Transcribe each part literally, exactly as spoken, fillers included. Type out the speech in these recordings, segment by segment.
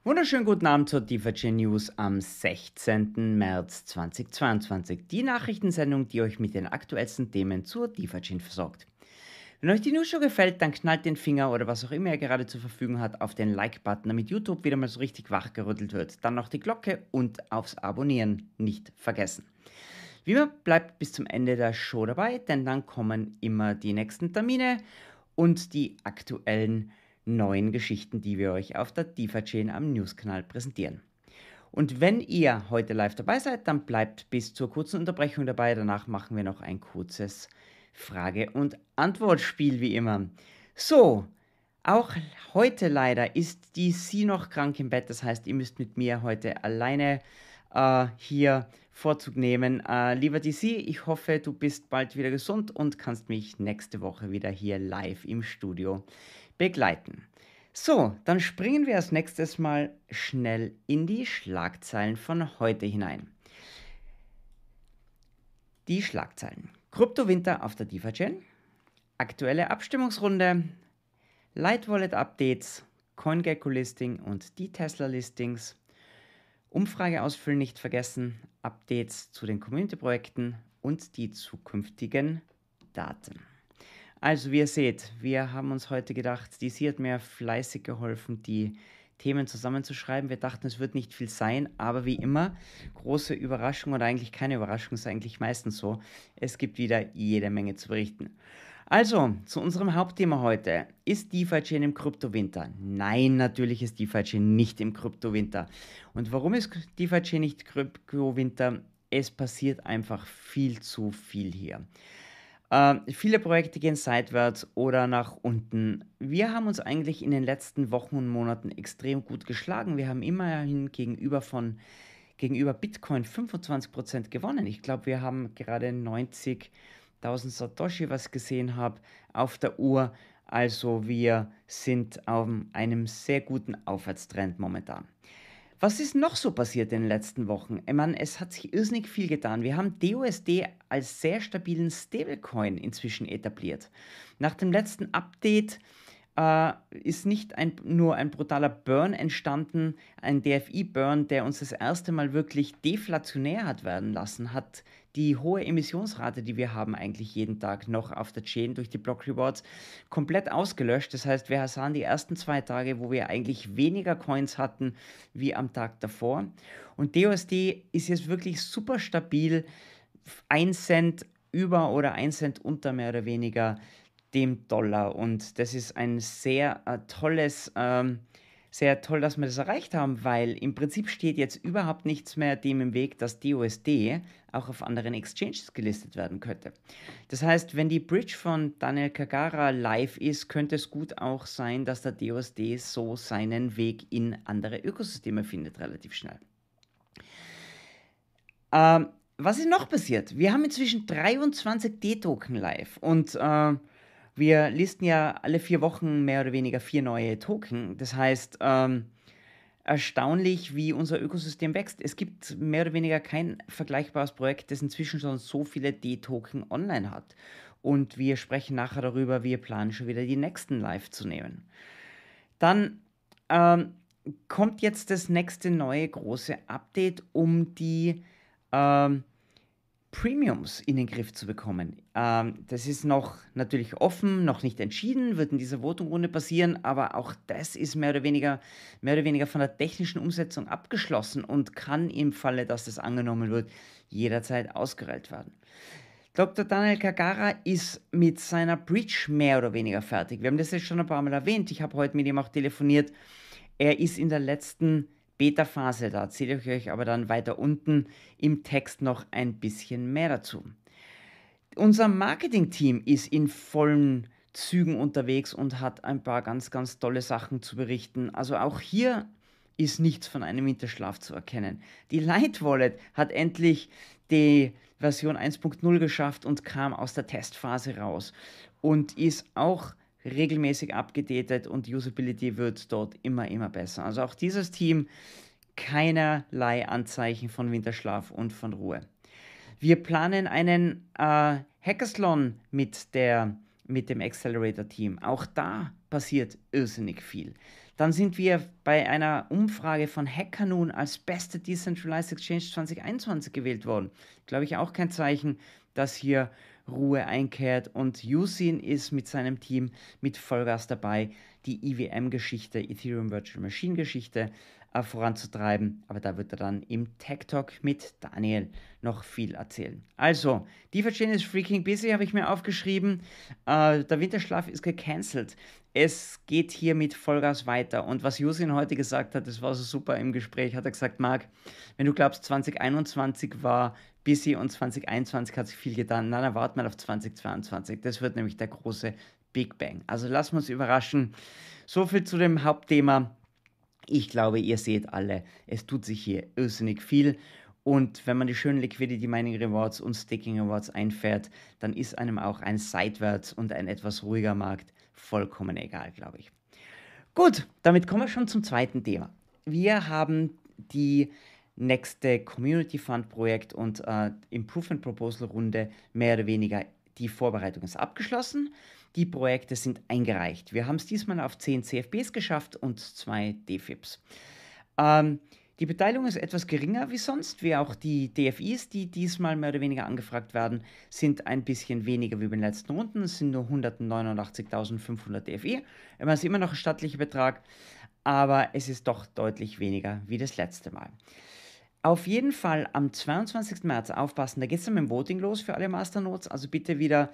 Wunderschönen guten Abend zur DeFi News am sechzehnten März zweitausendzweiundzwanzig. Die Nachrichtensendung, die euch mit den aktuellsten Themen zur DeFi versorgt. Wenn euch die News schon gefällt, dann knallt den Finger oder was auch immer ihr gerade zur Verfügung habt auf den Like-Button, damit YouTube wieder mal so richtig wachgerüttelt wird. Dann noch die Glocke und aufs Abonnieren nicht vergessen. Wie immer, bleibt bis zum Ende der Show dabei, denn dann kommen immer die nächsten Termine und die aktuellen neuen Geschichten, die wir euch auf der DeFi-Chain am News-Kanal präsentieren. Und wenn ihr heute live dabei seid, dann bleibt bis zur kurzen Unterbrechung dabei. Danach machen wir noch ein kurzes Frage- und Antwortspiel wie immer. So, auch heute leider ist die Sie noch krank im Bett. Das heißt, ihr müsst mit mir heute alleine äh, hier Vorzug nehmen. Äh, lieber D C, ich hoffe, du bist bald wieder gesund und kannst mich nächste Woche wieder hier live im Studio begleiten. So, dann springen wir als nächstes mal schnell in die Schlagzeilen von heute hinein. Die Schlagzeilen. Kryptowinter auf der DeFi-Chain, aktuelle Abstimmungsrunde, Light Wallet Updates, CoinGecko-Listing und die Tesla-Listings, Umfrage ausfüllen nicht vergessen, Updates zu den Community-Projekten und die zukünftigen Daten. Also wie ihr seht, wir haben uns heute gedacht, D C hat mir fleißig geholfen, die Themen zusammenzuschreiben. Wir dachten, es wird nicht viel sein, aber wie immer, große Überraschung oder eigentlich keine Überraschung, ist eigentlich meistens so. Es gibt wieder jede Menge zu berichten. Also, zu unserem Hauptthema heute. Ist DeFi-Chain im Kryptowinter? Nein, natürlich ist DeFi-Chain nicht im Kryptowinter. Und warum ist DeFi-Chain nicht Kryptowinter? Es passiert einfach viel zu viel hier. Äh, viele Projekte gehen seitwärts oder nach unten. Wir haben uns eigentlich in den letzten Wochen und Monaten extrem gut geschlagen. Wir haben immerhin gegenüber von gegenüber Bitcoin fünfundzwanzig Prozent gewonnen. Ich glaube, wir haben gerade neunzigtausend Satoshi, was ich gesehen habe, auf der Uhr. Also wir sind auf einem sehr guten Aufwärtstrend momentan. Was ist noch so passiert in den letzten Wochen? Ich meine, es hat sich irrsinnig viel getan. Wir haben D U S D als sehr stabilen Stablecoin inzwischen etabliert. Nach dem letzten Update äh, ist nicht ein, nur ein brutaler Burn entstanden, ein D F I-Burn, der uns das erste Mal wirklich deflationär hat werden lassen, hat die hohe Emissionsrate, die wir haben eigentlich jeden Tag noch auf der Chain durch die Block Rewards, komplett ausgelöscht. Das heißt, wir sahen die ersten zwei Tage, wo wir eigentlich weniger Coins hatten wie am Tag davor. Und D U S D ist jetzt wirklich super stabil, ein Cent über oder ein Cent unter mehr oder weniger dem Dollar. Und das ist ein sehr äh, tolles, ähm, sehr toll, dass wir das erreicht haben, weil im Prinzip steht jetzt überhaupt nichts mehr dem im Weg, dass D U S D auch auf anderen Exchanges gelistet werden könnte. Das heißt, wenn die Bridge von Daniel Kagara live ist, könnte es gut auch sein, dass der D U S D so seinen Weg in andere Ökosysteme findet, relativ schnell. Ähm, was ist noch passiert? Wir haben inzwischen dreiundzwanzig D-Token live und äh, wir listen ja alle vier Wochen mehr oder weniger vier neue Token. Das heißt, ähm, erstaunlich, wie unser Ökosystem wächst. Es gibt mehr oder weniger kein vergleichbares Projekt, das inzwischen schon so viele D-Token online hat. Und wir sprechen nachher darüber, wir planen schon wieder die nächsten live zu nehmen. Dann ähm, kommt jetzt das nächste neue große Update, um die ähm, Premiums in den Griff zu bekommen. Ähm, das ist noch natürlich offen, noch nicht entschieden, wird in dieser Voting-Runde passieren, aber auch das ist mehr oder weniger, mehr oder weniger von der technischen Umsetzung abgeschlossen und kann im Falle, dass das angenommen wird, jederzeit ausgerollt werden. Doktor Daniel Kagara ist mit seiner Bridge mehr oder weniger fertig. Wir haben das jetzt schon ein paar Mal erwähnt. Ich habe heute mit ihm auch telefoniert. Er ist in der letzten Beta-Phase, da erzähle ich euch aber dann weiter unten im Text noch ein bisschen mehr dazu. Unser Marketing-Team ist in vollen Zügen unterwegs und hat ein paar ganz, ganz tolle Sachen zu berichten. Also auch hier ist nichts von einem Winterschlaf zu erkennen. Die Light Wallet hat endlich die Version eins Punkt null geschafft und kam aus der Testphase raus und ist auch regelmäßig abgedatet und Usability wird dort immer, immer besser. Also auch dieses Team, keinerlei Anzeichen von Winterschlaf und von Ruhe. Wir planen einen äh, Hackathon mit, der, mit dem Accelerator-Team. Auch da passiert irrsinnig viel. Dann sind wir bei einer Umfrage von Hackanoon als beste Decentralized Exchange zwanzig einundzwanzig gewählt worden. Glaube ich auch kein Zeichen, dass hier Ruhe einkehrt. Und Yusin ist mit seinem Team mit Vollgas dabei, die E V M-Geschichte, Ethereum Virtual Machine-Geschichte äh, voranzutreiben. Aber da wird er dann im Tech Talk mit Daniel noch viel erzählen. Also, DeFi-Chain ist freaking busy, habe ich mir aufgeschrieben. Äh, der Winterschlaf ist gecancelt. Es geht hier mit Vollgas weiter. Und was Yusin heute gesagt hat, das war so super im Gespräch, hat er gesagt, Marc, wenn du glaubst, zwanzig einundzwanzig war busy und zwanzig einundzwanzig hat sich viel getan, dann erwartet man auf zwanzig zweiundzwanzig. Das wird nämlich der große Big Bang. Also lassen wir uns überraschen. So viel zu dem Hauptthema. Ich glaube, ihr seht alle, es tut sich hier irrsinnig viel. Und wenn man die schönen Liquidity Mining Rewards und Staking Rewards einfährt, dann ist einem auch ein seitwärts und ein etwas ruhiger Markt vollkommen egal, glaube ich. Gut, damit kommen wir schon zum zweiten Thema. Wir haben die nächste Community Fund Projekt und äh, Improvement Proposal Runde mehr oder weniger. Die Vorbereitung ist abgeschlossen. Die Projekte sind eingereicht. Wir haben es diesmal auf zehn C F Bs geschafft und zwei D F I Ps. Ähm, die Beteiligung ist etwas geringer wie sonst, wie auch die D F Is, die diesmal mehr oder weniger angefragt werden, sind ein bisschen weniger wie bei den letzten Runden. Es sind nur hundertneunundachtzigtausendfünfhundert D F I. Es ist immer noch ein stattlicher Betrag, aber es ist doch deutlich weniger wie das letzte Mal. Auf jeden Fall am zweiundzwanzigsten März aufpassen, da geht es dann mit dem Voting los für alle Masternodes, also bitte wieder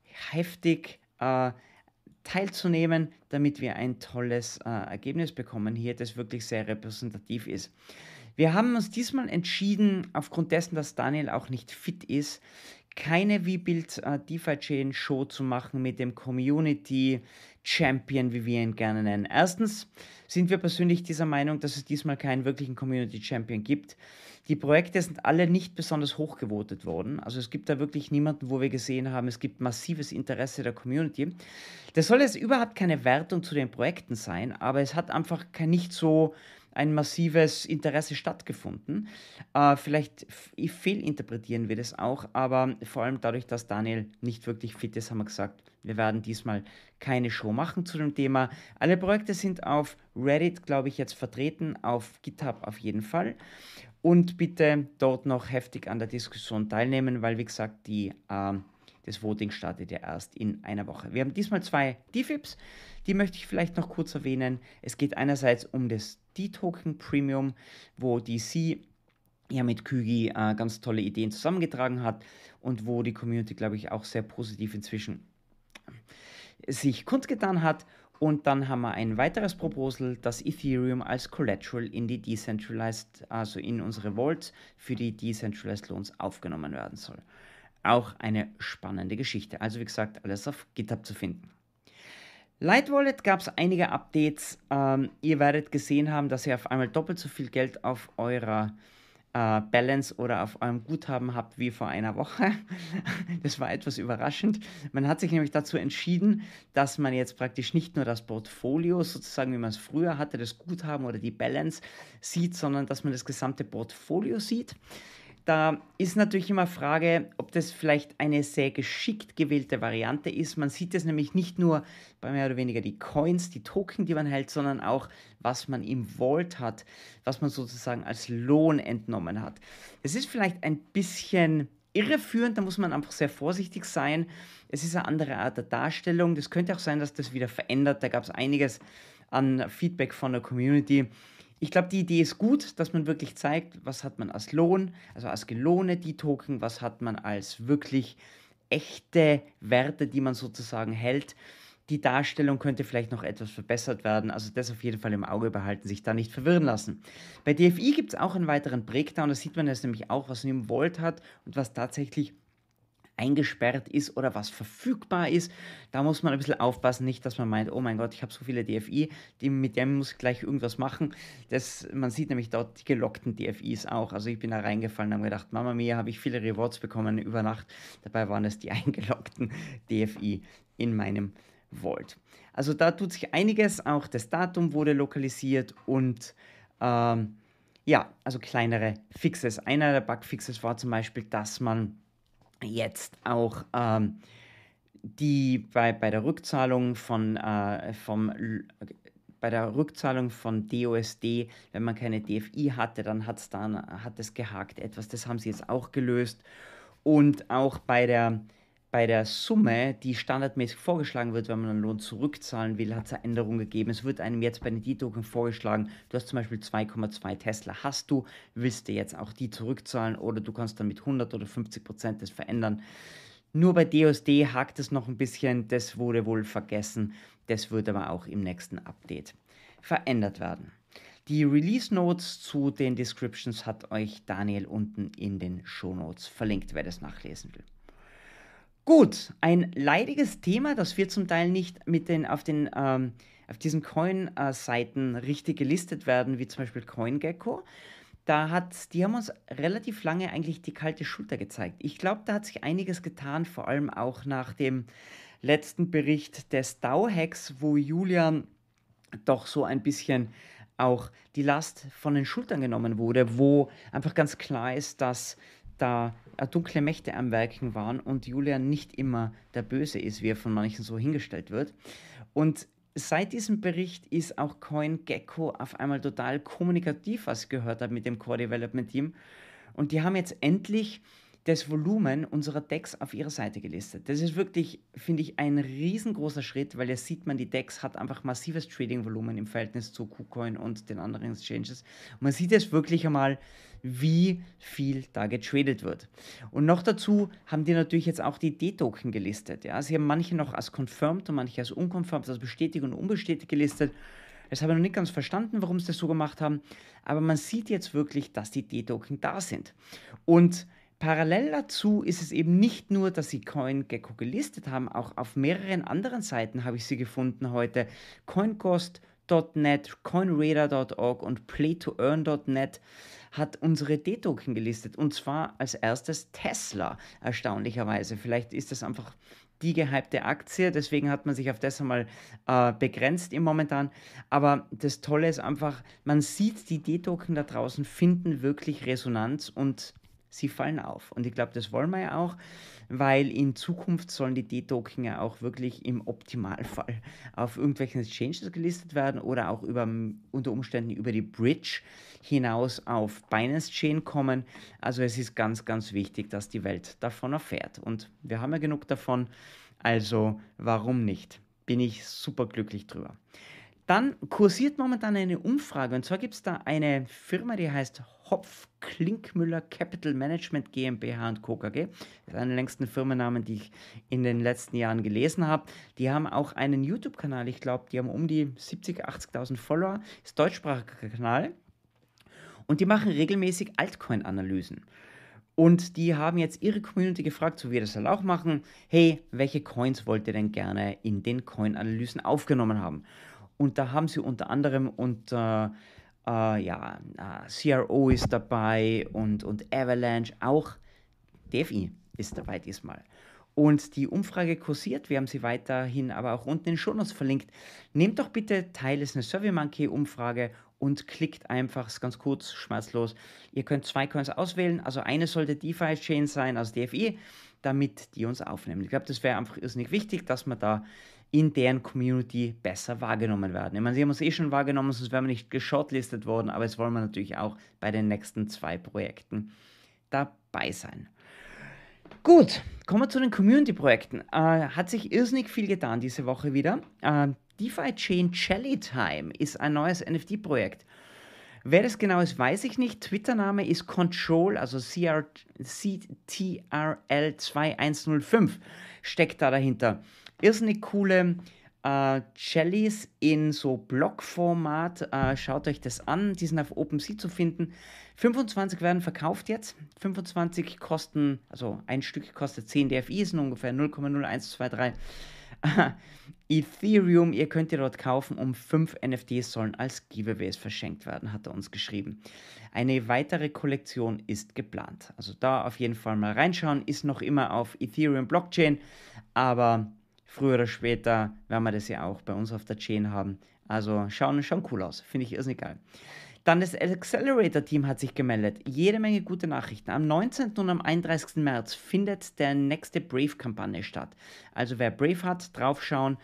heftig äh, teilzunehmen, damit wir ein tolles äh, Ergebnis bekommen hier, das wirklich sehr repräsentativ ist. Wir haben uns diesmal entschieden, aufgrund dessen, dass Daniel auch nicht fit ist, keine V-Build äh, DeFi-Chain Show zu machen mit dem Community Champion, wie wir ihn gerne nennen. Erstens sind wir persönlich dieser Meinung, dass es diesmal keinen wirklichen Community Champion gibt. Die Projekte sind alle nicht besonders hoch gewotet worden. Also es gibt da wirklich niemanden, wo wir gesehen haben, es gibt massives Interesse der Community. Das soll jetzt überhaupt keine Wertung zu den Projekten sein, aber es hat einfach kein, nicht so ein massives Interesse stattgefunden. Äh, vielleicht fehlinterpretieren wir das auch, aber vor allem dadurch, dass Daniel nicht wirklich fit ist, haben wir gesagt, wir werden diesmal keine Show machen zu dem Thema. Alle Projekte sind auf Reddit, glaube ich, jetzt vertreten, auf GitHub auf jeden Fall. Und bitte dort noch heftig an der Diskussion teilnehmen, weil, wie gesagt, die, äh, das Voting startet ja erst in einer Woche. Wir haben diesmal zwei D F I Ps, die möchte ich vielleicht noch kurz erwähnen. Es geht einerseits um das D-Token Premium, wo D C ja mit Kügi äh, ganz tolle Ideen zusammengetragen hat und wo die Community, glaube ich, auch sehr positiv inzwischen sich kundgetan hat. Und dann haben wir ein weiteres Proposal, dass Ethereum als Collateral in die Decentralized, also in unsere Vaults für die Decentralized Loans aufgenommen werden soll. Auch eine spannende Geschichte. Also wie gesagt, alles auf GitHub zu finden. Light Wallet gab es einige Updates. Ähm, ihr werdet gesehen haben, dass ihr auf einmal doppelt so viel Geld auf eurer äh, Balance oder auf eurem Guthaben habt wie vor einer Woche. Das war etwas überraschend. Man hat sich nämlich dazu entschieden, dass man jetzt praktisch nicht nur das Portfolio, sozusagen wie man es früher hatte, das Guthaben oder die Balance sieht, sondern dass man das gesamte Portfolio sieht. Da ist natürlich immer Frage, ob das vielleicht eine sehr geschickt gewählte Variante ist. Man sieht es nämlich nicht nur bei mehr oder weniger die Coins, die Token, die man hält, sondern auch, was man im Vault hat, was man sozusagen als Lohn entnommen hat. Das ist vielleicht ein bisschen irreführend, da muss man einfach sehr vorsichtig sein. Es ist eine andere Art der Darstellung. Das könnte auch sein, dass das wieder verändert. Da gab es einiges an Feedback von der Community. Ich glaube, die Idee ist gut, dass man wirklich zeigt, was hat man als Lohn, also als gelohnte die Token, was hat man als wirklich echte Werte, die man sozusagen hält. Die Darstellung könnte vielleicht noch etwas verbessert werden, also das auf jeden Fall im Auge behalten, sich da nicht verwirren lassen. Bei D F I gibt es auch einen weiteren Breakdown, da sieht man jetzt nämlich auch, was man im Vault hat und was tatsächlich eingesperrt ist oder was verfügbar ist. Da muss man ein bisschen aufpassen, nicht, dass man meint, oh mein Gott, ich habe so viele D F I, die, mit denen muss ich gleich irgendwas machen. Das, man sieht nämlich dort die gelockten D F Is auch. Also ich bin da reingefallen und habe gedacht, Mama mia, habe ich viele Rewards bekommen über Nacht. Dabei waren es die eingelockten D F I in meinem Vault. Also da tut sich einiges, auch das Datum wurde lokalisiert und ähm, ja, also kleinere Fixes. Einer der Bugfixes war zum Beispiel, dass man jetzt auch ähm, die bei, bei der Rückzahlung von, äh, vom, bei der Rückzahlung von D O S D, wenn man keine D F I hatte, dann hat's dann hat es gehakt etwas. Das haben sie jetzt auch gelöst. Und auch bei der, bei der Summe, die standardmäßig vorgeschlagen wird, wenn man einen Lohn zurückzahlen will, hat es eine Änderung gegeben. Es wird einem jetzt bei den D-Token vorgeschlagen, du hast zum Beispiel zwei Komma zwei Tesla, hast du, willst du jetzt auch die zurückzahlen oder du kannst dann mit hundert oder fünfzig Prozent das verändern. Nur bei D O S D hakt es noch ein bisschen, das wurde wohl vergessen, das wird aber auch im nächsten Update verändert werden. Die Release Notes zu den Descriptions hat euch Daniel unten in den Show Notes verlinkt, wer das nachlesen will. Gut, ein leidiges Thema, das wir zum Teil nicht mit den, auf, den, ähm, auf diesen Coin-Seiten richtig gelistet werden, wie zum Beispiel CoinGecko. Da hat, die haben uns relativ lange eigentlich die kalte Schulter gezeigt. Ich glaube, da hat sich einiges getan, vor allem auch nach dem letzten Bericht des DAO-Hacks, wo Julian doch so ein bisschen auch die Last von den Schultern genommen wurde, wo einfach ganz klar ist, dass da dunkle Mächte am Werken waren und Julian nicht immer der Böse ist, wie er von manchen so hingestellt wird. Und seit diesem Bericht ist auch CoinGecko auf einmal total kommunikativ, was ich gehört habe mit dem Core Development Team. Und die haben jetzt endlich das Volumen unserer Decks auf ihrer Seite gelistet. Das ist wirklich, finde ich, ein riesengroßer Schritt, weil jetzt sieht man, die Decks hat einfach massives Trading-Volumen im Verhältnis zu KuCoin und den anderen Exchanges. Und man sieht jetzt wirklich einmal, wie viel da getradet wird. Und noch dazu haben die natürlich jetzt auch die D-Token gelistet. Ja? Sie haben manche noch als confirmed und manche als unconfirmed, also bestätigt und unbestätigt gelistet. Das habe ich noch nicht ganz verstanden, warum sie das so gemacht haben, aber man sieht jetzt wirklich, dass die D-Token da sind. Und parallel dazu ist es eben nicht nur, dass sie CoinGecko gelistet haben, auch auf mehreren anderen Seiten habe ich sie gefunden heute. Coincost Punkt net, Coinradar Punkt org und Play to Earn Punkt net hat unsere D-Token gelistet. Und zwar als erstes Tesla, erstaunlicherweise. Vielleicht ist das einfach die gehypte Aktie, deswegen hat man sich auf das einmal äh, begrenzt im Momentan. Aber das Tolle ist einfach, man sieht, die D-Token da draußen finden wirklich Resonanz und sie fallen auf. Und ich glaube, das wollen wir ja auch, weil in Zukunft sollen die D-Token ja auch wirklich im Optimalfall auf irgendwelchen Exchanges gelistet werden oder auch über, unter Umständen über die Bridge hinaus auf Binance Chain kommen. Also es ist ganz, ganz wichtig, dass die Welt davon erfährt. Und wir haben ja genug davon, also warum nicht? Bin ich super glücklich drüber. Dann kursiert momentan eine Umfrage, und zwar gibt es da eine Firma, die heißt Hopf Klinkmüller Capital Management GmbH und Co. KG. Das ist einer der längsten Firmennamen, die ich in den letzten Jahren gelesen habe. Die haben auch einen YouTube-Kanal, ich glaube, die haben um die siebzigtausend, achtzigtausend Follower, ist ein deutschsprachiger Kanal und die machen regelmäßig Altcoin-Analysen. Und die haben jetzt ihre Community gefragt, so wie wir das halt auch machen, hey, welche Coins wollt ihr denn gerne in den Coin-Analysen aufgenommen haben? Und da haben sie unter anderem unter äh, ja, äh, C R O ist dabei und, und Avalanche, auch D F I ist dabei diesmal. Und die Umfrage kursiert, wir haben sie weiterhin aber auch unten in den Shownotes verlinkt. Nehmt doch bitte teil, es ist eine SurveyMonkey-Umfrage und klickt einfach, ist ganz kurz, schmerzlos. Ihr könnt zwei Coins auswählen, also eine sollte DeFi-Chain sein, also D F I, damit die uns aufnehmen. Ich glaube, das wäre einfach irrsinnig wichtig, dass man da in deren Community besser wahrgenommen werden. Ich meine, sie haben uns eh schon wahrgenommen, sonst wären wir nicht geshortlistet worden, aber jetzt wollen wir natürlich auch bei den nächsten zwei Projekten dabei sein. Gut, kommen wir zu den Community-Projekten. Äh, hat sich irrsinnig viel getan diese Woche wieder. Äh, DeFi-Chain Jellytime ist ein neues N F T-Projekt. Wer das genau ist, weiß ich nicht. Twitter-Name ist Control, also C T R L zwei eins null fünf steckt da dahinter. Irrsinnig coole äh, Jellies in so Blockformat. Äh, schaut euch das an. Die sind auf OpenSea zu finden. fünfundzwanzig werden verkauft jetzt. fünfundzwanzig kosten, also ein Stück kostet zehn D F I, sind ungefähr null Komma null eins zwei drei. Ethereum, ihr könnt ihr dort kaufen, um fünf N F Ts sollen als Giveaways verschenkt werden, hat er uns geschrieben. Eine weitere Kollektion ist geplant. Also da auf jeden Fall mal reinschauen, ist noch immer auf Ethereum Blockchain, aber früher oder später werden wir das ja auch bei uns auf der Chain haben. Also schauen, schauen cool aus, finde ich irrsinnig geil. Dann das Accelerator-Team hat sich gemeldet. Jede Menge gute Nachrichten. Am neunzehnten und am einunddreißigsten März findet der nächste Brave-Kampagne statt. Also wer Brave hat, draufschauen.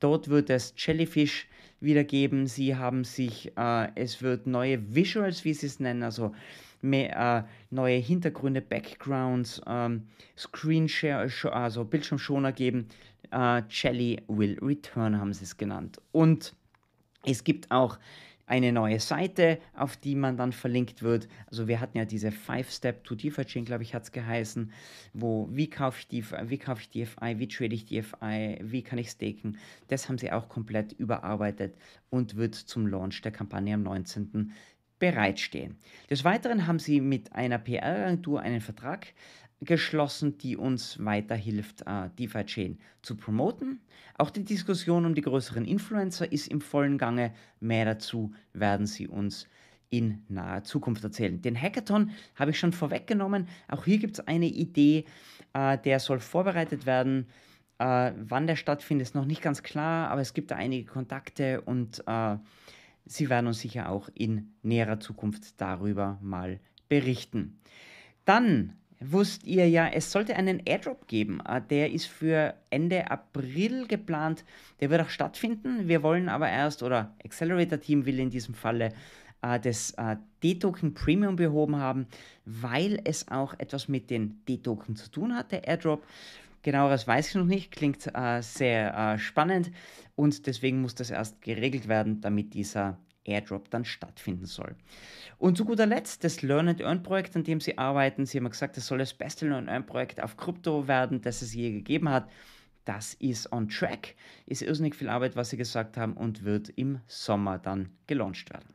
Dort wird es Jellyfish wieder geben. Sie haben sich, äh, es wird neue Visuals, wie sie es nennen, also mehr, äh, neue Hintergründe, Backgrounds, ähm, Screenshare, also Bildschirmschoner geben. Äh, Jelly will return, haben sie es genannt. Und es gibt auch eine neue Seite, auf die man dann verlinkt wird. Also wir hatten ja diese Five-Step to DeFi-Chain, glaube ich, hat es geheißen, wo wie kaufe ich DeFi, wie kaufe ich DeFi, wie trade ich DeFi, wie kann ich staken. Das haben sie auch komplett überarbeitet und wird zum Launch der Kampagne am neunzehnten bereitstehen. Des Weiteren haben sie mit einer P R-Agentur einen Vertrag geschlossen, die uns weiterhilft, äh, DeFi-Chain zu promoten. Auch die Diskussion um die größeren Influencer ist im vollen Gange. Mehr dazu werden sie uns in naher Zukunft erzählen. Den Hackathon habe ich schon vorweggenommen. Auch hier gibt es eine Idee, äh, der soll vorbereitet werden. Äh, wann der stattfindet, ist noch nicht ganz klar, aber es gibt da einige Kontakte und äh, sie werden uns sicher auch in näherer Zukunft darüber mal berichten. Dann wusst ihr ja, es sollte einen Airdrop geben. Der ist für Ende April geplant. Der wird auch stattfinden. Wir wollen aber erst, oder Accelerator Team will in diesem Falle äh, das äh, D-Token Premium behoben haben, weil es auch etwas mit den D-Token zu tun hat, der Airdrop. Genaueres weiß ich noch nicht, klingt äh, sehr äh, spannend und deswegen muss das erst geregelt werden, damit dieser Airdrop dann stattfinden soll. Und zu guter Letzt das Learn-and-Earn-Projekt, an dem sie arbeiten. Sie haben gesagt, es soll das beste Learn-and-Earn-Projekt auf Krypto werden, das es je gegeben hat. Das ist on track, ist irrsinnig viel Arbeit, was sie gesagt haben und wird im Sommer dann gelauncht werden.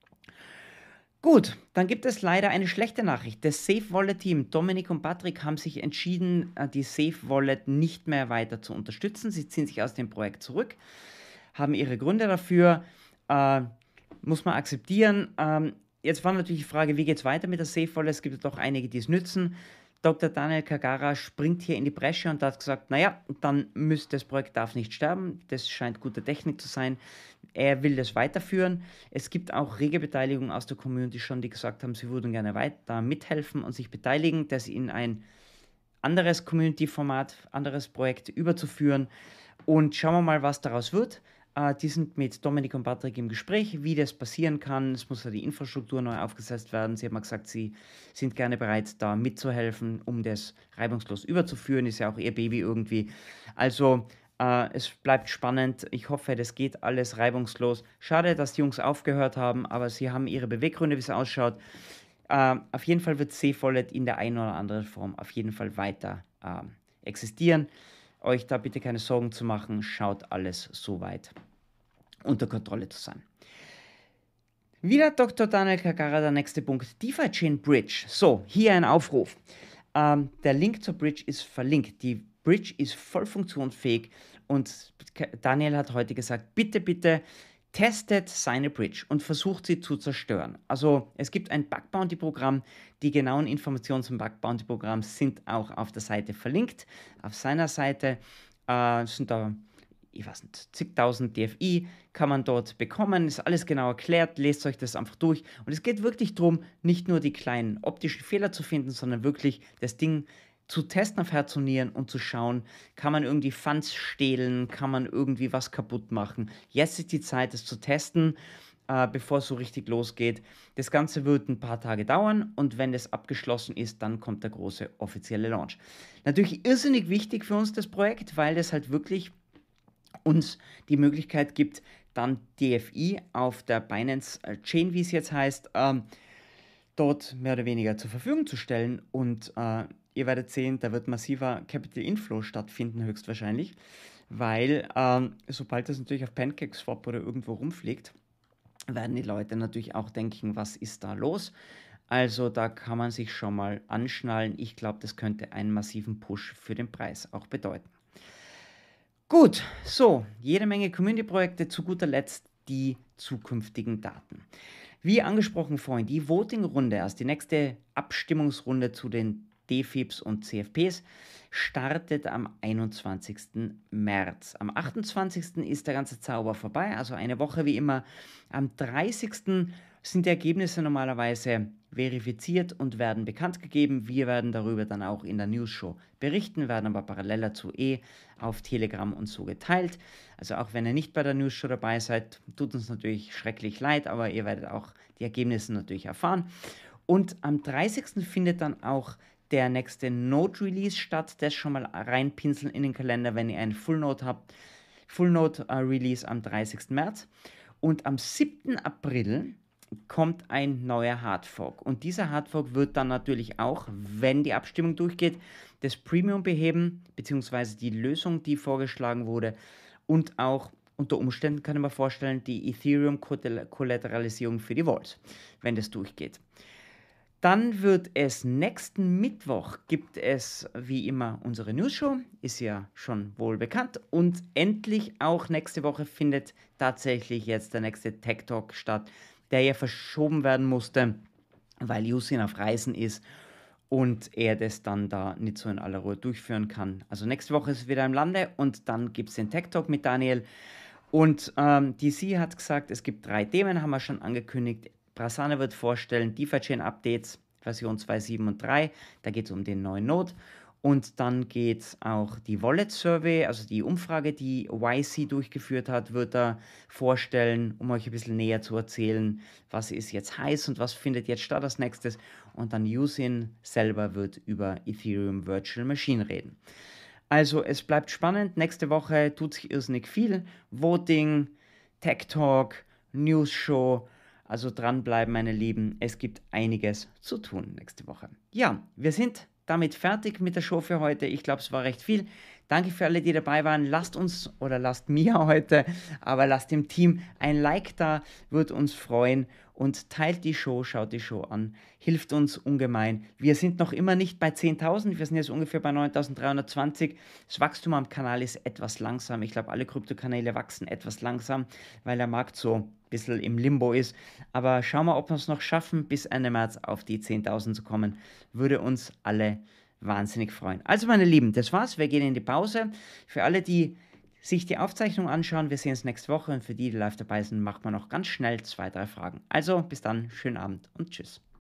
Gut, dann gibt es leider eine schlechte Nachricht. Das Safe Wallet Team, Dominik und Patrick, haben sich entschieden, die Safe Wallet nicht mehr weiter zu unterstützen. Sie ziehen sich aus dem Projekt zurück, haben ihre Gründe dafür, äh, muss man akzeptieren. Ähm, jetzt war natürlich die Frage, wie geht es weiter mit der Safe Wallet? Es gibt doch einige, die es nützen. Doktor Daniel Kagara springt hier in die Bresche und hat gesagt, naja, dann müsste das Projekt darf nicht sterben. Das scheint gute Technik zu sein. Er will das weiterführen. Es gibt auch rege Beteiligung aus der Community schon, die gesagt haben, sie würden gerne weiter mithelfen und sich beteiligen, das in ein anderes Community-Format, anderes Projekt überzuführen. Und schauen wir mal, was daraus wird. Uh, die sind mit Dominik und Patrick im Gespräch, wie das passieren kann. Es muss ja die Infrastruktur neu aufgesetzt werden. Sie haben mal gesagt, sie sind gerne bereit, da mitzuhelfen, um das reibungslos überzuführen. Ist ja auch ihr Baby irgendwie. Also uh, es bleibt spannend. Ich hoffe, das geht alles reibungslos. Schade, dass die Jungs aufgehört haben, aber sie haben ihre Beweggründe, wie es ausschaut. Uh, auf jeden Fall wird Safe Wallet in der einen oder anderen Form auf jeden Fall weiter uh, existieren. Euch da bitte keine Sorgen zu machen, schaut alles soweit unter Kontrolle zu sein. Wieder Doktor Daniel Kagara, der nächste Punkt, DeFi-Chain Bridge. So, hier ein Aufruf. Ähm, der Link zur Bridge ist verlinkt. Die Bridge ist voll funktionsfähig und Daniel hat heute gesagt, bitte, bitte testet seine Bridge und versucht sie zu zerstören. Also es gibt ein Bug-Bounty-Programm. Die genauen Informationen zum Bug-Bounty-Programm sind auch auf der Seite verlinkt. Auf seiner Seite äh, sind da, ich weiß nicht, zigtausend D F I kann man dort bekommen. Ist alles genau erklärt. Lest euch das einfach durch. Und es geht wirklich darum, nicht nur die kleinen optischen Fehler zu finden, sondern wirklich das Ding zu testen auf Herz und Nieren und zu schauen, kann man irgendwie Funds stehlen, kann man irgendwie was kaputt machen. Jetzt ist die Zeit, es zu testen, äh, bevor es so richtig losgeht. Das Ganze wird ein paar Tage dauern und wenn das abgeschlossen ist, dann kommt der große offizielle Launch. Natürlich irrsinnig wichtig für uns das Projekt, weil das halt wirklich uns die Möglichkeit gibt, dann D F I auf der Binance Chain, wie es jetzt heißt, ähm, dort mehr oder weniger zur Verfügung zu stellen und äh, ihr werdet sehen, da wird massiver Capital Inflow stattfinden, höchstwahrscheinlich, weil ähm, sobald das natürlich auf PancakeSwap oder irgendwo rumfliegt, werden die Leute natürlich auch denken, was ist da los? Also da kann man sich schon mal anschnallen. Ich glaube, das könnte einen massiven Push für den Preis auch bedeuten. Gut, so, jede Menge Community-Projekte, zu guter Letzt die zukünftigen Daten. Wie angesprochen vorhin, die Voting-Runde, also die nächste Abstimmungsrunde zu den D F I Ps und C F Ps, startet am einundzwanzigsten März. Am achtundzwanzigsten ist der ganze Zauber vorbei, also eine Woche wie immer. Am dreißigsten sind die Ergebnisse normalerweise verifiziert und werden bekannt gegeben. Wir werden darüber dann auch in der News-Show berichten, werden aber parallel dazu eh auf Telegram und so geteilt. Also auch wenn ihr nicht bei der News-Show dabei seid, tut uns natürlich schrecklich leid, aber ihr werdet auch die Ergebnisse natürlich erfahren. Und am dreißigsten findet dann auch der nächste Node-Release statt. Das schon mal reinpinseln in den Kalender, wenn ihr einen Full-Node habt. Full-Node-Release am dreißigsten März. Und am siebten April kommt ein neuer Hardfork. Und dieser Hardfork wird dann natürlich auch, wenn die Abstimmung durchgeht, das Premium beheben, beziehungsweise die Lösung, die vorgeschlagen wurde, und auch unter Umständen, kann ich mir vorstellen, die Ethereum-Kollateralisierung für die Vaults, wenn das durchgeht. Dann wird es nächsten Mittwoch, gibt es wie immer unsere News-Show, ist ja schon wohl bekannt. Und endlich auch nächste Woche findet tatsächlich jetzt der nächste Tech Talk statt, der ja verschoben werden musste, weil Yusin auf Reisen ist und er das dann da nicht so in aller Ruhe durchführen kann. Also nächste Woche ist es wieder im Lande und dann gibt es den Tech Talk mit Daniel. Und ähm, D C hat gesagt, es gibt drei Themen, haben wir schon angekündigt. Prasanna wird vorstellen DeFi-Chain Updates, Version zwei Punkt sieben und drei, da geht es um den neuen Node. Und dann geht es auch die Wallet Survey, also die Umfrage, die Y C durchgeführt hat, wird er vorstellen, um euch ein bisschen näher zu erzählen, was ist jetzt heiß und was findet jetzt statt als nächstes. Und dann Yusin selber wird über Ethereum Virtual Machine reden. Also es bleibt spannend, nächste Woche tut sich irrsinnig viel. Voting, Tech Talk, News Show. Also dranbleiben, meine Lieben. Es gibt einiges zu tun nächste Woche. Ja, wir sind damit fertig mit der Show für heute. Ich glaube, es war recht viel. Danke für alle, die dabei waren. Lasst uns oder lasst mir heute, aber lasst dem Team ein Like da, wird uns freuen. Und teilt die Show, schaut die Show an, hilft uns ungemein. Wir sind noch immer nicht bei zehntausend, wir sind jetzt ungefähr bei neuntausenddreihundertzwanzig. Das Wachstum am Kanal ist etwas langsam. Ich glaube, alle Kryptokanäle wachsen etwas langsam, weil der Markt so ein bisschen im Limbo ist. Aber schauen wir, ob wir es noch schaffen, bis Ende März auf die zehntausend zu kommen. Würde uns alle wahnsinnig freuen. Also meine Lieben, das war's. Wir gehen in die Pause. Für alle, die sich die Aufzeichnung anschauen, wir sehen uns nächste Woche. Und für die, die live dabei sind, macht man noch ganz schnell zwei, drei Fragen. Also bis dann, schönen Abend und tschüss.